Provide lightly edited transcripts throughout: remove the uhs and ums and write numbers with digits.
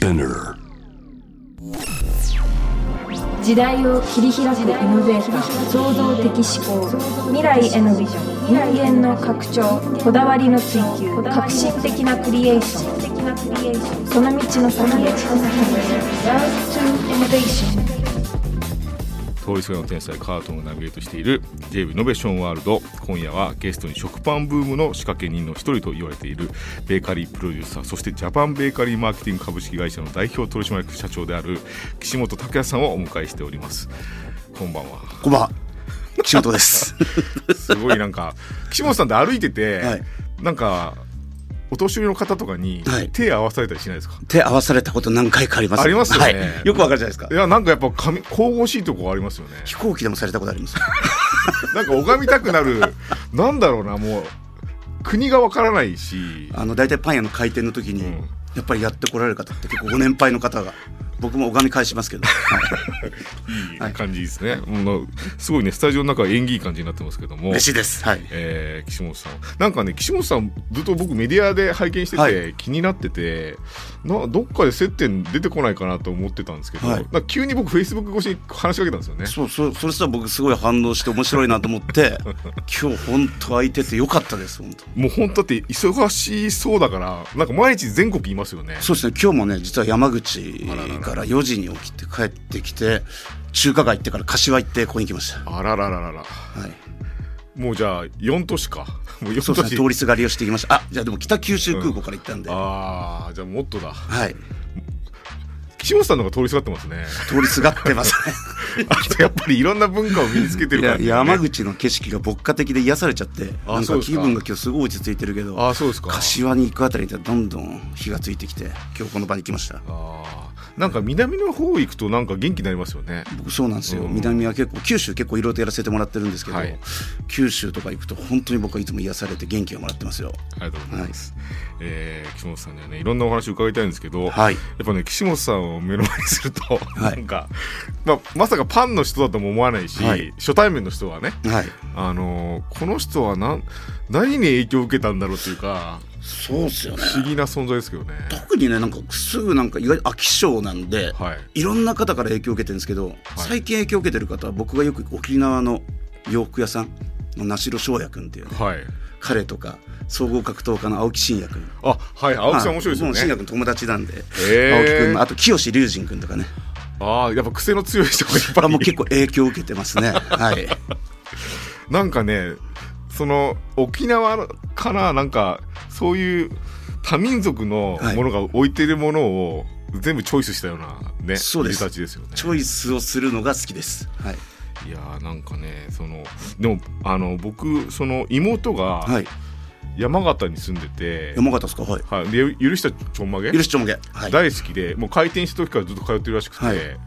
Spinner。 時代を切り開くイノベーター、創造的思考、未来へのビジョン、人間の拡張、こだわりの追求、革新的なクリエーション、その道の先へ Route to Innovation。 通りすがりの天才カートンがナビゲートしている JW イノベーションワールド。今夜はゲストに食パンブームの仕掛け人の一人と言われているベーカリープロデューサー、そしてジャパンベーカリーマーケティング株式会社の代表取締役社長である岸本拓也さんをお迎えしております。こんばんは。 こんばんは、岸本ですすごいなんか岸本さんって歩いてて、 はい、 なんかお年寄りの方とかに手合わされたりしないですか？はい、 手合わされたこと何回かあります。 ありますよね、 はい、よくわかるじゃないですか。 いや、なんかやっぱ神々しいとこありますよね。 飛行機でもされたことありますなんか拝みたくなるなんだろうな、もう国がわからないし、 だいたいパン屋の開店の時に、やっぱりやってこられる方って結構ご年配の方が、僕も拝み返しますけどいい感じですね、もうすごいね、スタジオの中は縁起いい感じになってますけども、 嬉しいです、はい。 岸本さんなんかね、岸本さんずっと僕メディアで拝見してて、気になってて、どっかで接点出てこないかなと思ってたんですけど、なんか急に僕フェイスブック越しに話しかけたんですよね。 それしたら僕すごい反応して面白いなと思って今日本当空いててよかったです。本当もう本当って忙しそうだから、なんか毎日全国いますよね。 そうですね、今日もね、実は山口から4時に起きて帰ってきて、中華街行ってから柏行ってここに来ました。 あららららら、はい、もうじゃあ4都市か。もう4都市、 そうですね、通りすがりをしてきました。じゃあでも北九州空港から行ったんで、 じゃあもっとだ。 はい、 岸本さんの方が通りすがってますね。 通りすがってますねあとやっぱりいろんな文化を身につけてるから、ね、 山口の景色が牧歌的で癒されちゃって、なんか気分が今日すごい落ち着いてるけど、 そうですか。 柏に行くあたりでどんどん火がついてきて、今日この場に来ました。 なんか南の方行くとなんか元気になりますよね。 僕そうなんですよ、南は結構、九州結構いろいろとやらせてもらってるんですけど、九州とか行くと本当に僕はいつも癒されて元気をもらってますよ。 ありがとうございます、岸本さんにはね、いろんなお話を伺いたいんですけど、やっぱね、岸本さんを目の前にすると、なんか、まさかパンの人だとも思わないし、初対面の人はね、この人は何に影響を受けたんだろうっていうか、 そうですよね、 不思議な存在ですけどね。 特にね、なんかすぐなんか意外と飽き性なんで、いろんな方から影響を受けてるんですけど、最近影響を受けてる方は、僕がよく沖縄の洋服屋さんの名城翔也君っていうね、彼とか総合格闘家の青木真也君、 青木さん面白いですよね。 真也君友達なんで、青木君の、あと清志隆人君とかね、 やっぱ癖の強い人がいっぱいもう結構影響を受けてますねはいなんかね、その沖縄からなんかそういう多民族のものが置いているものを全部チョイスしたようなね、人たちですよね。 チョイスをするのが好きです。 いやなんかね、でも僕その妹が山形に住んでて、 山形ですか？ で許したちょんまげ、大好きで、もう開店した時からずっと通ってるらしくて、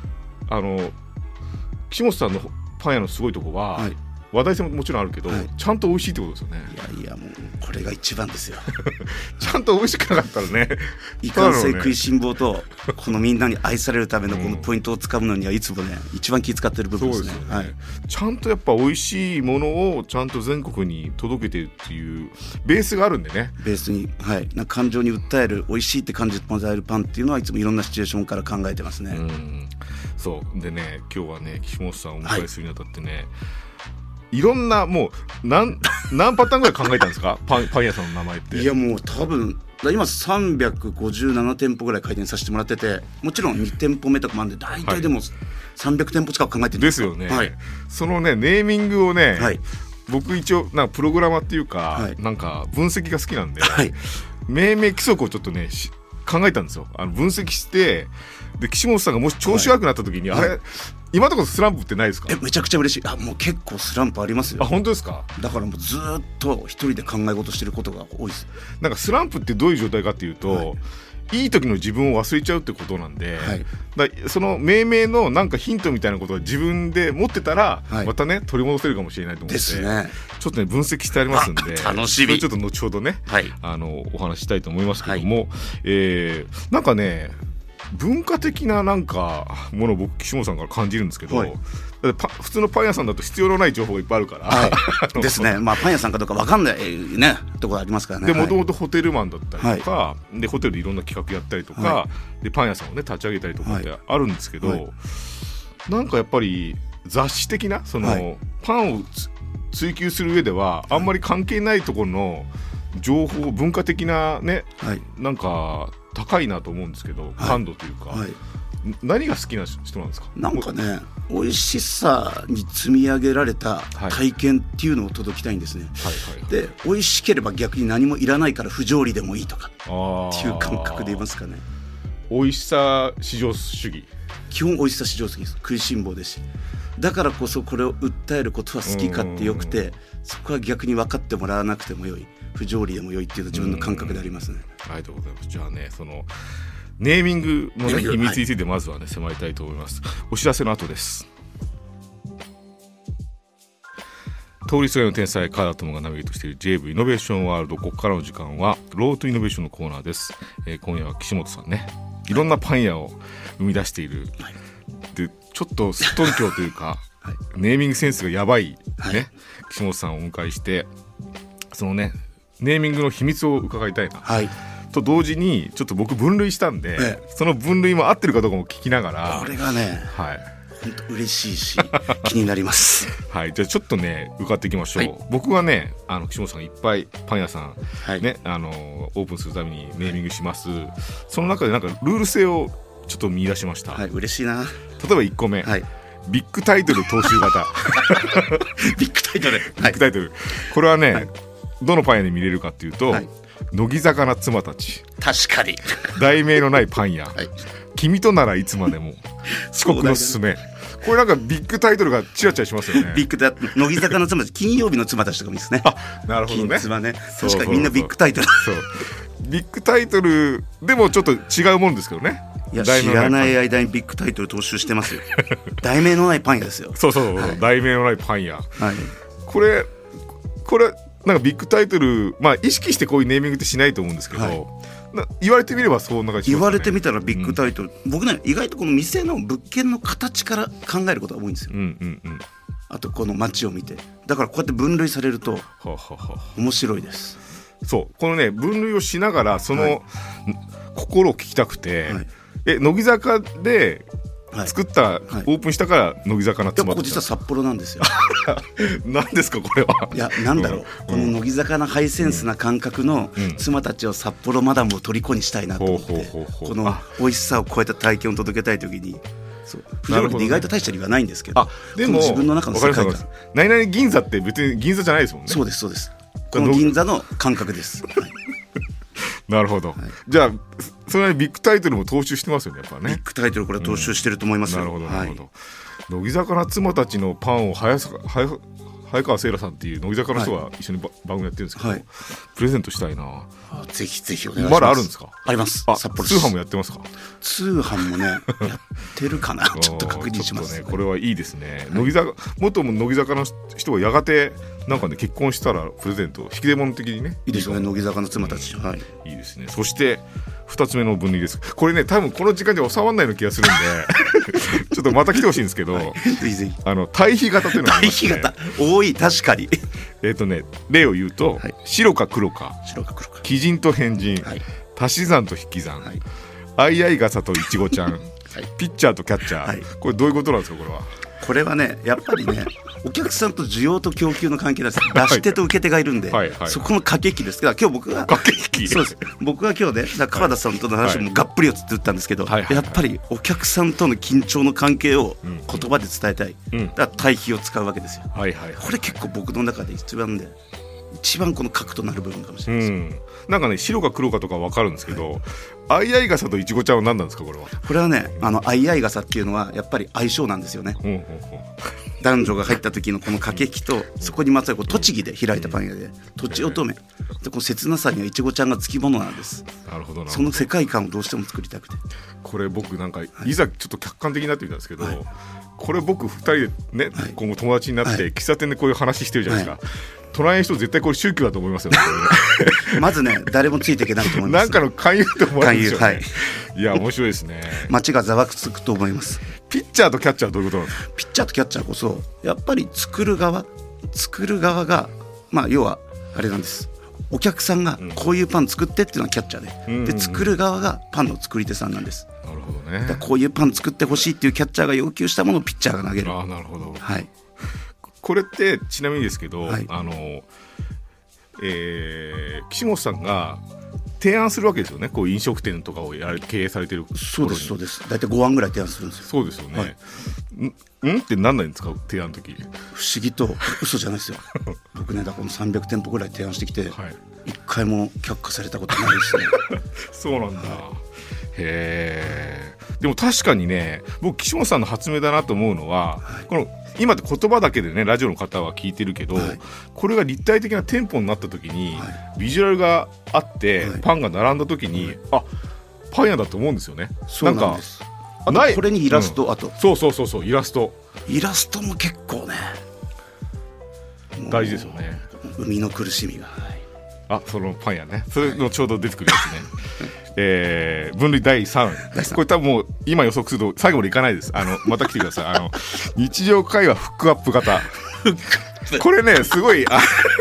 岸本さんのパン屋のすごいとこは、話題性ももちろんあるけど、ちゃんと美味しいってことですよね。 いやもうこれが一番ですよちゃんと美味しくなかったらね、 いかんせん食いしん坊と、このみんなに愛されるためのこのポイントをつかむのにはいつもね、一番気遣ってる部分ですね。 そうですよね、ちゃんとやっぱ美味しいものをちゃんと全国に届けてるっていうベースがあるんでね。 ベースに、なんか感情に訴える、美味しいって感じてもらえるパンっていうのはいつもいろんなシチュエーションから考えてますね。 そうでね、今日はね、岸本さんをお迎えするにあたってね、いろんなもう何パターンぐらい考えたんですかパン屋さんの名前って。 いやもう多分今357店舗ぐらい開店させてもらってて、もちろん2店舗目とかもあるんで、大体でも300店舗近く考えてるんですよね。そのね、ネーミングをね、僕一応なんかプログラマーっていうか、なんか分析が好きなんで、命名規則をちょっとね考えたんですよ。分析して、で岸本さんがもし調子悪くなった時に、あれ今のところスランプってないですか？ めちゃくちゃ嬉しい。もう結構スランプありますよ。 本当ですか？だからもうずっと一人で考え事してることが多いです。 なんかスランプってどういう状態かっていうと、いい時の自分を忘れちゃうってことなんで、その命名のなんかヒントみたいなことを自分で持ってたら、またね取り戻せるかもしれないと思って、ちょっとね分析してありますんで、 楽しみ。 ちょっと後ほどね、お話したいと思いますけども、なんかね文化的ななんかものを僕岸本さんから感じるんですけど、はい、普通のパン屋さんだと必要のない情報がいっぱいあるから、 はいですね、まあ、パン屋さんかどうか分かんない、ね、ところありますからね。 でもともとホテルマンだったりとか、はい、でホテルでいろんな企画やったりとか、はい、でパン屋さんを、ね、立ち上げたりとかってあるんですけど、はい、なんかやっぱり雑誌的なその、はい、パンを追求する上ではあんまり関係ないところの情報文化的なね、はい、なんか高いなと思うんですけど、感度というか、はい、何が好きな人なんですか？ なんかね、美味しさに積み上げられた体験っていうのを届きたいんですね、はいはいはい、で美味しければ逆に何もいらないから不条理でもいいとかっていう感覚で言いますかね。 美味しさ至上主義、 基本美味しさ至上主義です。食いしん坊ですし、だからこそこれを訴えることは好き勝手よくて、そこは逆に分かってもらわなくてもよい、不条理でもよいっていうのは自分の感覚でありますね。 ありがとうございます。じゃあね、そのネーミングの、ね、秘密についてまずはね、迫りたいと思います。お知らせの後です。通りすがりの天才川田智がナビゲートしている JV イノベーションワールド、ここからの時間はロートイノベーションのコーナーです。今夜は岸本さんね、いろんなパン屋を生み出している、はい、でちょっとすっとんきょうというか、はい、ネーミングセンスがやばい、ね、はい、岸本さんをお迎えして、そのねネーミングの秘密を伺いたいな、はい、と同時にちょっと僕分類したんで、その分類も合ってるかどうかも聞きながら、 これがね、はい、本当嬉しいし気になりますはい、じゃあちょっとね伺っていきましょう、はい、僕はね岸本さんがいっぱいパン屋さん、はいね、オープンするためにネーミングします、はい、その中でなんかルール性をちょっと見出しました、 はい、嬉しいな。 例えば1個目、はい、ビッグタイトル踏襲型ビッグタイトル、 ビッグタイトル、これはね、はい、どのパン屋で見れるかっていうと、はい、乃木坂な妻たち、 確かに題名のないパン屋、はい、君とならいつまでも遅刻のすすめ、これなんかビッグタイトルがチラチラしますよね。 ビッグタ乃木坂の妻たち、金曜日の妻たちとかもいいですね。 あ、なるほどね。 金妻ね、確かにみんなビッグタイトル。 そうビッグタイトルでもちょっと違うもんですけどね。 いや、知らない間にビッグタイトル踏襲してますよ題名のないパン屋ですよ。 そうそうそう、はい、題名のないパン屋、はい、これなんかビッグタイトル、まあ意識してこういうネーミングってしないと思うんですけど、はい、言われてみればそんな感じしますね。言われてみたらビッグタイトル、僕ね意外とこの店の物件の形から考えることが多いんですよ、うんうんうん、あとこの街を見て、だからこうやって分類されると面白いです。そうこのね分類をしながらその、はい、心を聞きたくて、はい、乃木坂で作った、はい、オープンしたから乃木坂な妻たち。いや、ここ実は札幌なんですよ何ですかこれは。いや、なんだろう、この乃木坂のハイセンスな感覚の妻たちを札幌マダムを虜にしたいなと思って、この美味しさを超えた体験を届けたいときに、不条理って意外と大した理由はないんですけど、でも自分の中の世界観、何々銀座って別に銀座じゃないですもんね。そうですそうです、この銀座の感覚ですなるほど、はい、じゃあそれなりにビッグタイトルも踏襲してますよね、やっぱね。ビッグタイトルこれ踏襲してると思いますよ、なるほどなるほど、はい、乃木坂の妻たちのパンを早川せいらさんっていう乃木坂の人が一緒に番組やってるんですけど、はい、プレゼントしたいな。ぜひぜひお願いします。まだあるんですか？あります。札幌市。通販もやってますか？通販もねやってるかなちょっと確認します、ね、これはいいですね、はい、元乃木坂の人がやがてなんかね結婚したらプレゼント引き出物的にねいいですよね、乃木坂の妻たち、はい、いいですね。そして2つ目の分類です。これね多分この時間じゃ収まらないような気がするんでちょっとまた来てほしいんですけど、はい、ぜひぜひ対比型というのがありますね。対比型多い、確かに例を言うと、はい、白か黒か、鬼人と変人、はい、足し算と引き算、はい、相合い傘といちごちゃん、はい、ピッチャーとキャッチャー、はい、これどういうことなんですか？これはねやっぱりねお客さんと需要と供給の関係です。出し手と受け手がいるんで、はいはいはい、そこの駆け引きですが、今日僕がそうです、僕が今日ね川田さんとの話もがっぷりをつって言ったんですけど、はいはい、やっぱりお客さんとの緊張の関係を言葉で伝えたい、うん、だから対比を使うわけですよ、はいはいはい、これ結構僕の中で一番この核となる部分かもしれないです、うん、なんかね白か黒かとか分かるんですけど、はい、相合い傘といちごちゃんは何なんですか？これはね相合い傘っていうのはやっぱり相性なんですよね、うんうんうん、男女が入った時のこの駆け引きと、そこにまつわる栃木で開いたパン屋でとちおとめで、この切なさにはいちごちゃんがつきものなんです。なるほどな。その世界観をどうしても作りたくて、これ僕なんかいざちょっと客観的になってみたんですけど、はい、これ僕2人でね、はい、今後友達になって喫茶店でこういう話してるじゃないですか、はい、隣の人絶対これ宗教だと思いますよねまずねね誰もついていけないと思います。 なんかの勧誘と思われるんですよね。 はい、 いや面白いですね。 街がざわつくと思います。 ピッチャーとキャッチャーはどういうことなんですか？ ピッチャーとキャッチャーこそやっぱり作る側が要はあれなんです。お客さんがこういうパン作ってっていうのはキャッチャーで、で作る側がパンの作り手さんなんです。 なるほどね。 だこういうパン作ってほしいっていうキャッチャーが要求したものをピッチャーが投げる。 あ、なるほど。 はい。 これってちなみにですけど、 はい、 岸本さんが提案するわけですよね。こう飲食店とかを経営されてる。 そうですそうです。大体5案ぐらい提案するんですよ。 そうですよね。 はい、 って何なんですか提案の時。 不思議と嘘じゃないですよ。僕ねだから300店舗ぐらい提案してきて、はい、1回も却下されたことないですね。 そうなんだ。へー。でも確かにね、僕岸本さんの発明だなと思うのは、はい、この今って言葉だけでねラジオの方は聞いてるけど、はい、これが立体的な店舗になった時に、はい、ビジュアルがあって、はい、パンが並んだ時に、あ、パン屋だと思うんですよね。 そうなんです。あとこれにイラスト、あとそうイラストも結構ね大事ですよね。 生みの苦しみが、 あ、そのパン屋ね、それのちょうど出てくるやつね。分類第3、これ多分もう今予測すると最後までいかないです。また来てください。日常会話フックアップ型。これねすごい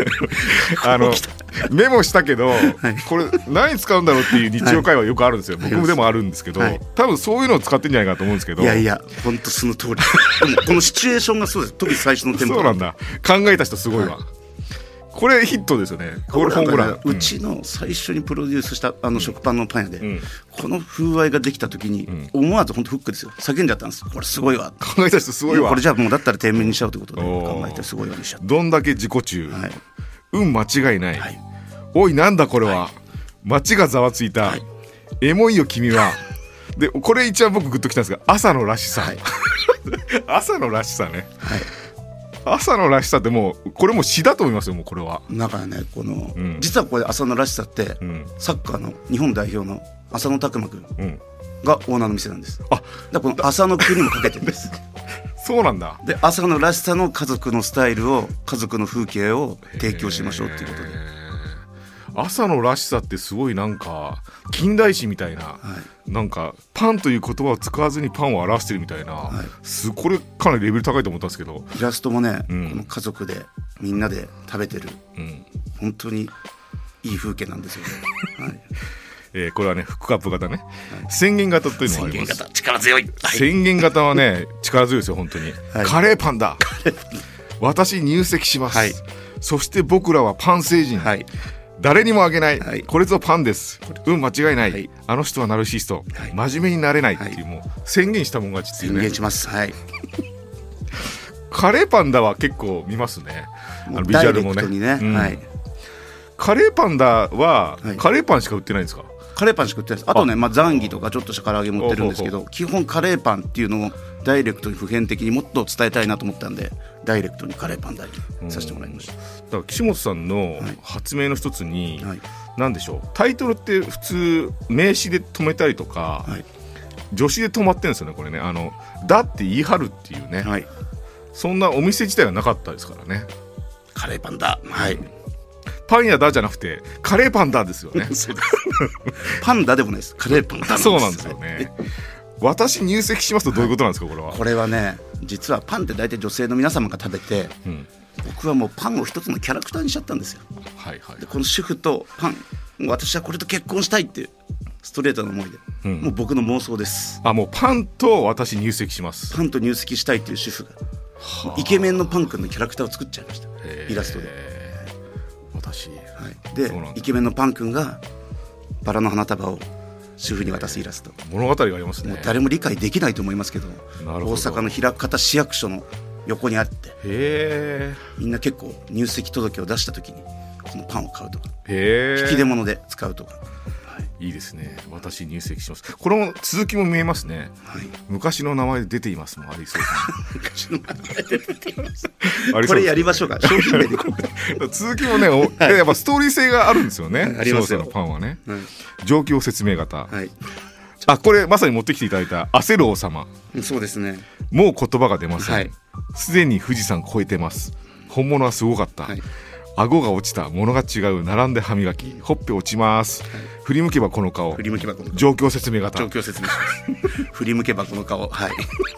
メモしたけど、はい、これ何使うんだろうっていう日常会話よくあるんですよ、はい、僕もでもあるんですけど、はい、多分そういうのを使ってんじゃないかと思うんですけど、 いや本当その通り。このシチュエーションがそうです。特に最初のテンポ。 そうなんだ。考えた人すごいわ、はい、これヒットですよね。これホームラン。 うちの最初にプロデュースした食パンのパン屋で、この風合いができた時に思わず本当フックですよ。叫んじゃったんです。これすごいわ。 考えた人すごいわ。 これじゃあもうだったら店名にしちゃうということで考えてすごいわにしちゃった。 どんだけ自己中、はい、間違いない、はい、おいなんだこれは、はい、街がざわついた、はい、エモいよ君は。でこれ一番僕グッときたんですが、朝のらしさ、はい、朝のらしさね、はい、朝のらしさってもうこれも詩だと思いますよ。もうこれはだからね実はこれ朝のらしさって、サッカーの日本代表の浅野拓磨君がオーナーの店なんです。だこの浅野君にもかけてるんです。 そうなんだ。 で朝のらしさの家族のスタイルを、家族の風景を提供しましょうっていうことで、 朝のらしさってすごいなんか近代史みたいな、はい、なんかパンという言葉を使わずにパンを表してるみたいな、はい、これかなりレベル高いと思ったんですけど、 イラストもね、この家族でみんなで食べてる、本当にいい風景なんですよね。はいこれはねフックアップ型ね、はい、宣言型というのがあります。 宣言型力強い、はい、 宣言型はね力強いですよ本当に、はい、カレーパンだ私入籍します、はい、そして僕らはパン星人、はい、誰にもあげない、はい、これぞパンです、間違いない、はい、あの人はナルシスト、はい、真面目になれないっていう、もう宣言したもん勝ちっていうね。 宣言します、はい、 カレーパンダは結構見ますね。ビジュアルもね、はい、カレーパンダは、はい、カレーパンしか売ってないんですか？ カレーパンしか売ってないです。あとね、ザンギとかちょっとした唐揚げ持ってるんですけど、基本カレーパンっていうのをダイレクトに普遍的にもっと伝えたいなと思ったんで、ダイレクトにカレーパンダにさせてもらいました。だから岸本さんの発明の一つに、はい、何でしょう、タイトルって普通名詞で止めたりとか、はい、助詞で止まってるんですよね。これね、だって言い張るっていうね、はい、そんなお店自体はなかったですからね。 カレーパンダ、はい、 パン屋だじゃなくてカレーパンダですよね。 そうですパンダでもないです、カレーパンダなんです。 そうなんですよね。私入籍しますとどういうことなんですか？これは。 これはね、実はパンって大体女性の皆様が食べて、僕はもうパンを一つのキャラクターにしちゃったんですよ。はいはい、でこの主婦とパン、私はこれと結婚したいっていうストレートな思いで、もう僕の妄想です。 もうパンと私入籍します。 パンと入籍したいっていう主婦が、イケメンのパン君のキャラクターを作っちゃいました、イラストで。 私、 でイケメンのパン君がバラの花束を主婦に渡すイラスト、 物語がありますね。 もう誰も理解できないと思いますけど、大阪の枚方市役所の横にあって、みんな結構入籍届を出した時にこのパンを買うとか、引き出物で使うとか、 いいですね。私入籍します。これも続きも見えますね、はい、昔の名前で出ていますもん。ありそう昔の名前で出ていますこれやりましょうか、商品名で続きもね、やっぱストーリー性があるんですよね。 ありますよ、 のパンはね、状況説明型、はい、これまさに持ってきていただいた焦る王様。 そうですね。 もう言葉が出ません、すでに富士山越えてます。本物はすごかった、はい、 顎が落ちた、物が違う、並んで歯磨き、ほっぺ落ちます、振り向けばこの顔、状況説明型、 状況説明します振り向けばこの顔、はい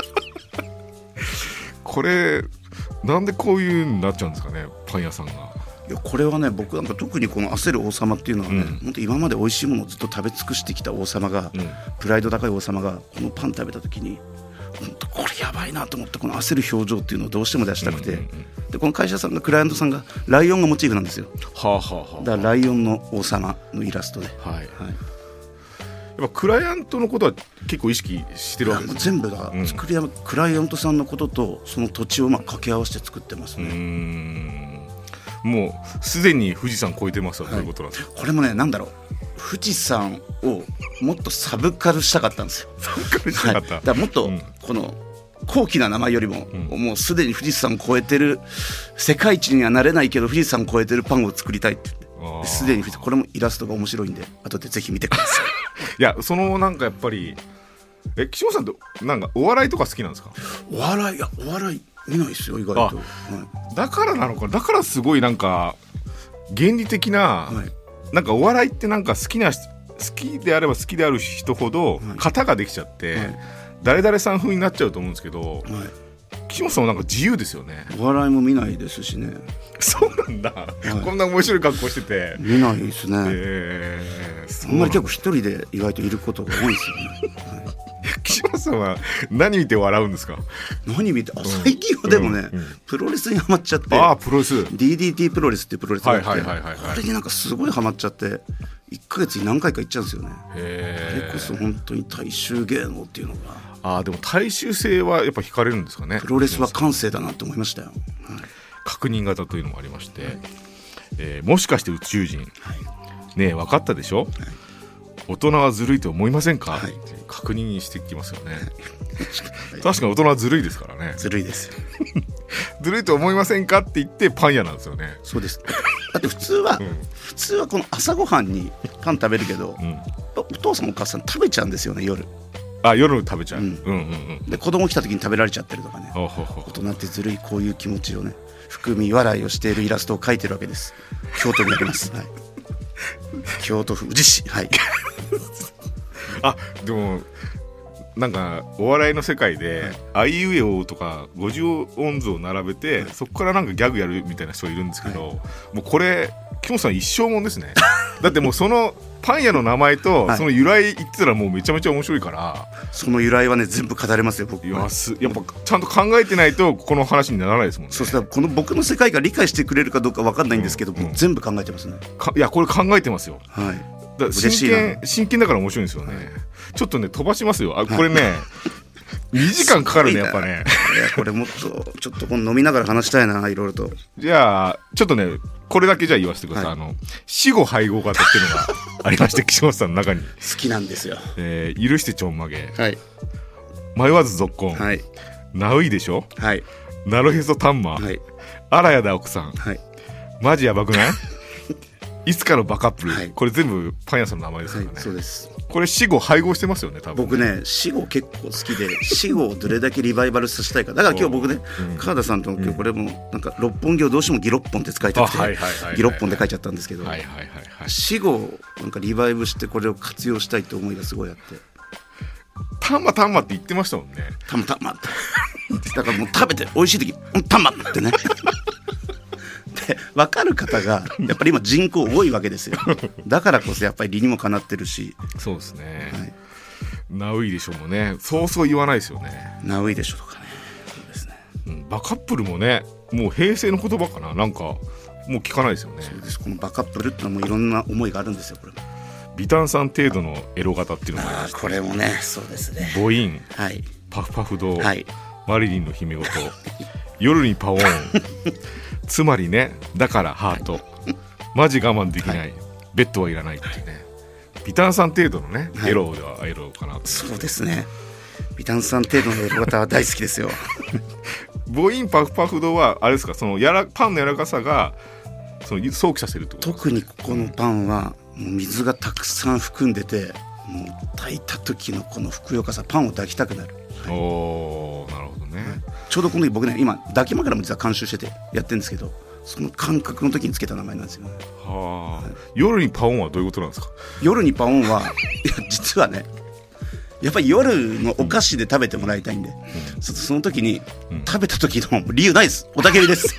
これなんでこういうになっちゃうんですかね、パン屋さんが。 いやこれはね、僕なんか特にこの焦る王様っていうのはね、本当今まで美味しいものをずっと食べ尽くしてきた王様が、プライド高い王様がこのパン食べた時に本当これやばいなと思って、この焦る表情っていうのをどうしても出したくて、でこの会社さんがクライアントさんがライオンがモチーフなんですよ。だからライオンの王様のイラストで、 やっぱクライアントのことは結構意識してるわけですか。 全部が作りクライアントさんのこととその土地を掛け合わせて作ってますね。 もうすでに富士山超えてますわ、ということなんですか。 これもね、なんだろう、富士山をもっとサブカルしたかったんですよ。 サブカルしたかった、 だからもっとこの高貴な名前よりも、もうすでに富士山を超えてる、世界一にはなれないけど富士山を超えてるパンを作りたいって言って、すでにこれもイラストが面白いんで後でぜひ見てくださいいや、そのなんかやっぱり岸本さんってなんかお笑いとか好きなんですか。 お笑い見ないですよ、意外と。 だからなのか、だからすごいなんか原理的な、なんかお笑いってなんか好きであれば好きである人ほど型ができちゃって、誰々さん風になっちゃうと思うんですけど、岸本さんはなんか自由ですよね。 お笑いも見ないですしね。 そうなんだ、こんな面白い格好してて見ないですね。あんまり結構一人で意外といることが多いですよね。 岸本さんは何見て笑うんですか。 何見て、最近はでもね、プロレスにハマっちゃって。 プロレス DDT プロレスっていうプロレスがあって、これになんかすごいハマっちゃって、1ヶ月に何回か行っちゃうんですよね。あれこそ本当に大衆芸能っていうのが。 でも大衆性はやっぱ惹かれるんですかね。 プロレスは感性だなって思いましたよ。 確認型というのもありまして、もしかして宇宙人、ねえ分かったでしょ、大人はずるいと思いませんか、確認してきますよね。確かに大人はずるいですからね。 ずるいですよずるいと思いませんかって言ってパン屋なんですよね。 そうです。だって普通はこの朝ごはんにパン食べるけど、お父さんお母さん食べちゃうんですよね、夜。 夜食べちゃう、 で子供来た時に食べられちゃってるとかね。大人ってずるい、こういう気持ちをね含み笑いをしているイラストを描いてるわけです。京都にあります、京都府宇治市。 でもなんかお笑いの世界で、あいうえおとか50音図を並べて、そこからなんかギャグやるみたいな人いるんですけど、もうこれ木本さん一生もんですねだってもうそのパン屋の名前とその由来言ってたらもうめちゃめちゃ面白いから、 その由来はね全部語れますよ、僕は。 やっぱちゃんと考えてないとこの話にならないですもんね。 そうしたらこの僕の世界が理解してくれるかどうか分かんないんですけど、全部考えてますね。 いやこれ考えてますよ。真剣だから面白いんですよね。ちょっとね飛ばしますよ。これね2時間かかるね、やっぱね。 これもっとちょっと飲みながら話したいな、いろいろと。 じゃあちょっとねこれだけじゃあ言わせてください。死後配合型っていうのがありまして岸本さんの中に好きなんですよ。 許してちょんまげ、迷わずぞっこん、ナウイでしょ、ナロヘソタンマ、あらやだ奥さん、マジやばくないいつかのバカップル、これ全部パン屋さんの名前ですからね。 そうです。 これ死後配合してますよね、多分。 僕ね死後結構好きで、死後をどれだけリバイバルさせたいか。だから今日僕ね、川田さんと今日これもなんか六本木をどうしてもギロッポンって使いたくてギロッポンで書いちゃったんですけど、死後をなんかリバイブしてこれを活用したいって思いがすごいあって。 タンマタンマって言ってましたもんね。 タンマタンマってだからもう食べて美味しい時タンマってねで分かる方がやっぱり今人口多いわけですよ。だからこそやっぱり理にもかなってるし。 そうですね、ナウイでしょもね、そうそう言わないですよね。 ナウイでしょとかね。そうですね、 バカップルもねもう平成の言葉かな、なんかもう聞かないですよね。 そうです。このバカップルってのもいろんな思いがあるんですよ。これ微炭酸程度のエロ型っていうのもありまして、 これもねそうですね。 母音、パフパフ堂、マリリンの姫事夜にパオーンつまりね、だからハート、マジ我慢できない、ベッドはいらないってね、微炭酸程度のね、エロではエロかなと。 そうですね、微炭酸程度のエロ型は大好きですよ。 母音パフパフ堂はあれですか、そのパンの柔らかさがその想起させるってことですか。 特にここのパンはもう水がたくさん含んでて、もう炊いた時のこのふくよかさ、パンを抱きたくなる。 おー、なるほどね。 ちょうどこの時僕ね今抱き枕も実は監修しててやってるんですけど、 その感覚の時につけた名前なんですよね。 はあ、夜にパオンはどういうことなんですか？ 夜にパオンはいや実はねやっぱり夜のお菓子で食べてもらいたいんで、その時に、食べた時の理由ないです。おたけびです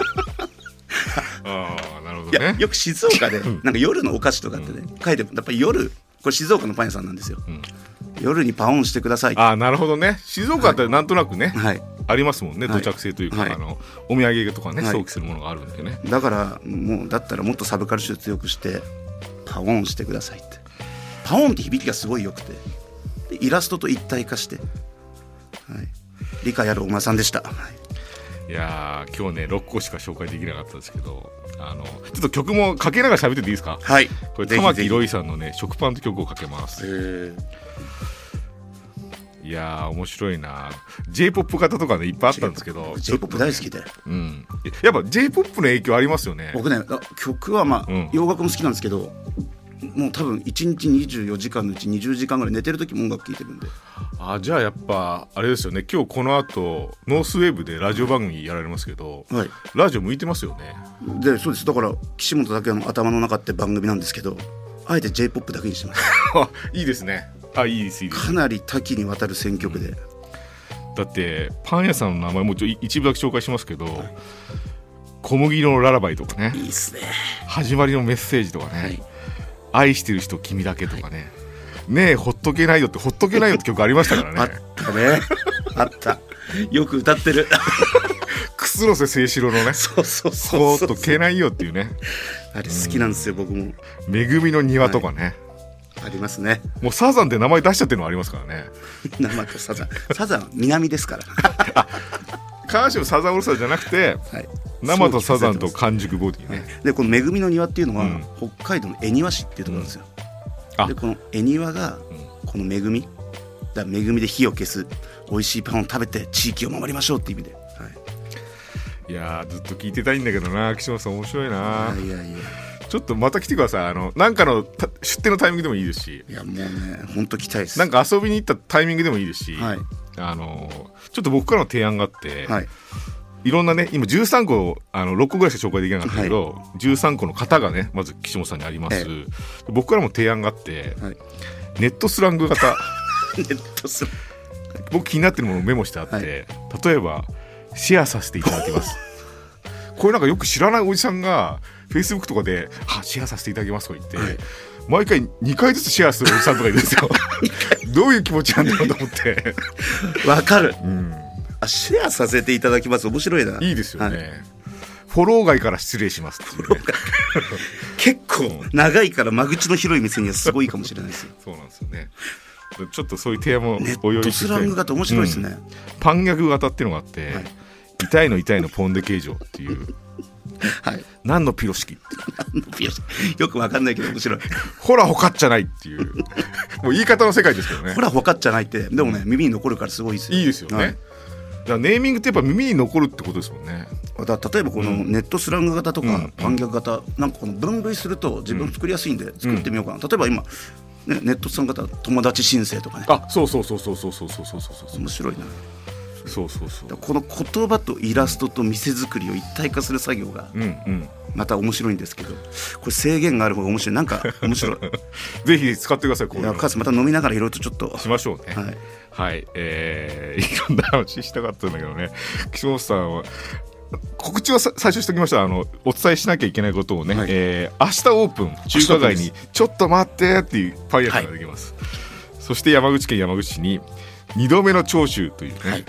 ああ、なるほどね。 いやよく静岡でなんか夜のお菓子とかってね、書いてやっぱり夜、これ静岡のパン屋さんなんですよ、夜にパオンしてくださいって。 ああ、なるほどね。静岡ってなんとなくね、ありますもんね、土着性というか、お土産とかね、想起するものがあるんでね。 だからもうだったらもっとサブカル臭強くしてパオンしてくださいって。パオンって響きがすごい良くて、でイラストと一体化して、理解あるお馬さんでした。 いや今日ね6個しか紹介できなかったんですけど、ちょっと曲もかけながら喋ってていいですか？ はい。 これ玉木ロイさんのね食パンと曲をかけます。いや面白いな。 J-POP 型とかねいっぱいあったんですけど、 J-POP 大好きで、 やっぱ J-POP の影響ありますよね。 僕ね曲は洋楽も好きなんですけど、もう多分1日24時間のうち20時間ぐらい寝てる時も音楽聴いてるんで。 じゃあやっぱあれですよね。今日この後ノースウェーブでラジオ番組やられますけど、ラジオ向いてますよね。 でそうです。だから岸本だけの頭の中って番組なんですけど、あえて J-POP だけにしてますいいですね。いいですいいです。 かなり多岐にわたる選曲で、 だってパン屋さんの名前も一部だけ紹介しますけど、小麦色のララバイとかね、 いいっすね。 始まりのメッセージとかね、愛してる人君だけとかね、ねえほっとけないよってほっとけないよって曲ありましたからね。 あったねあったよく歌ってる楠瀬誠志郎のね、ほっとけないよっていうね、 あれ好きなんですよ、僕も。 めぐみの庭とかね、 ありますね。 もうサザンって名前出しちゃってるのありますからね生とサザンは南ですから必ずしもサザンオールスターじゃなくて、生とサザンと完熟ボディね。 でこのめぐみの庭っていうのは、北海道の恵庭市っていうところなんですよ。でこの恵庭がこの恵みだ、恵みで火を消す美味しいパンを食べて地域を守りましょうっていう意味で、 いやずっと聞いてたいんだけどな。岸本さん面白いな。 いやちょっとまた来てください。なんかの出店のタイミングでもいいですし。 いやもうね本当来たいです。 なんか遊びに行ったタイミングでもいいですし、ちょっと僕からの提案があって、いろんなね今13個6個ぐらいしか紹介できなかったけど、13個の型がねまず岸本さんにあります、僕からも提案があって、ネットスラング型ネットスラング僕気になってるものをメモしてあって、例えばシェアさせていただきますこれなんかよく知らないおじさんがフェイスブックとかでシェアさせていただきますと言って、毎回2回ずつシェアするおじさんとかいるんですよどういう気持ちなんだろうと思ってわかる、シェアさせていただきます。面白いな。 いいですよね、フォロー外から失礼しますっていうね結構長いから間口の広い店にはすごいかもしれないですよそうなんですよね。ちょっとそういう提案もお用意して、 ネットスラング型面白いですね、 パンギャグ型っていうのがあって、痛いの痛いのポンデ形状っていう何のピロシキよくわかんないけど面白いほらほかっちゃないっていうもう言い方の世界ですけどね。 ほらほかっちゃないってでもね、耳に残るからすごいですよ。 いいですよね、だからネーミングってやっぱ耳に残るってことですもんね。 例えばこのネットスラング型とかパンギャグ型、なんかこの分類すると自分作りやすいんで作ってみようかな、例えば今ネットスラング型友達申請とかね。 そう面白いな。 そうこの言葉とイラストと店作りを一体化する作業がまた面白いんですけど、これ制限がある方が面白い。なんか面白いぜひ使ってください。こういうのかつまた飲みながらいろいろとちょっとしましょうね。いろんな話したかったんだけどね。岸本さんは告知は最初しておきました。お伝えしなきゃいけないことをね、明日オープン中華街にちょっと待ってっていうパン屋さんができます、そして山口県山口市に2度目の長州というね、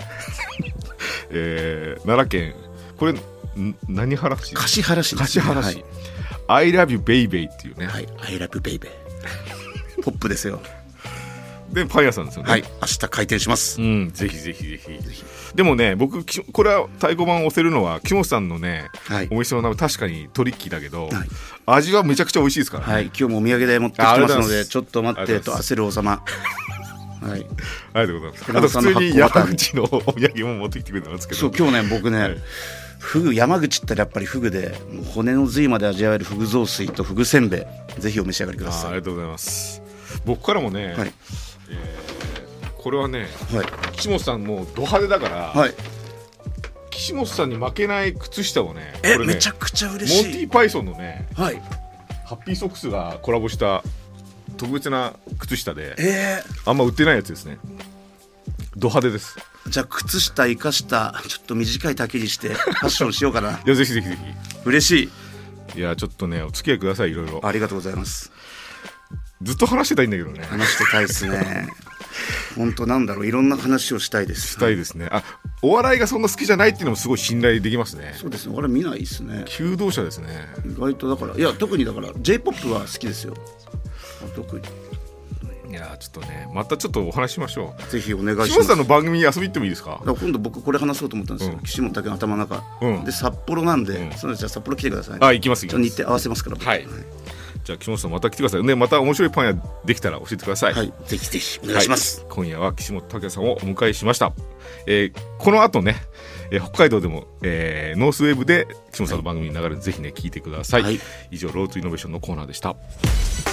奈良県これ何原市？ 橿原市ですね。 橿原市、I love you baby っていうね、 I love you baby ポップですよ。 でパン屋さんですよね。 明日開店します。 ぜひ。でもね僕これは太鼓判を押せるのは岸本さんのね、お店の名前確かにトリッキーだけど、味はめちゃくちゃ美味しいですからね。 今日もお土産で持ってきてますのでちょっと待ってと焦る王様ありがとうございます。あと普通に山口のお土産も持ってきてくれたんですけど、 そう今日ね僕ね、フグ山口ってやっぱりフグでもう骨の髄まで味わえるフグ雑炊とフグせんべいぜひお召し上がりください。 ありがとうございます。僕からもね、これはね、岸本さんもド派手だから、岸岸本さんに負けない靴下をね、これねめちゃくちゃ嬉しい。 モンティパイソンのね、 はい、 ハッピーソックスがコラボした特別な靴下で、あんま売ってないやつですね。ド派手です。 じゃあ靴下生かしたちょっと短い丈にしてファッションしようかな。 いやぜひぜひぜひ。 嬉しい。いやちょっとねお付き合いください。いろいろありがとうございます。 ずっと話してたいんだけどね。 話してたいですね。本当なんだろう、いろんな話をしたいです。 したいですね。あ、お笑いがそんな好きじゃないっていうのもすごい信頼できますね。 そうですね。俺見ないですね。 求道者ですね。 意外とだからいや特にだから J-POP は好きですよ。特に。 いやちょっとねまたちょっとお話しましょう。ぜひお願いします。 岸本さんの番組に遊びに行ってもいいですか。 今度僕これ話そうと思ったんですよ。岸本だけの頭の中、で札幌なんで、そのじゃあ札幌来てください。 あ、行きます。 日程合わせますから。 はい。じゃあ岸本さんまた来てくださいね。また面白いパン屋できたら教えてください。 はい、ぜひぜひお願いします。 今夜は岸本拓也さんをお迎えしました。この後ね、北海道でも、ノースウェーブで岸本さんの番組に流れる、ぜひね聞いてください。以上ロードトゥイノベーションのコーナーでした。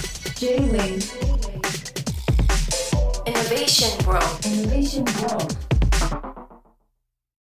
J-Wave Innovation World.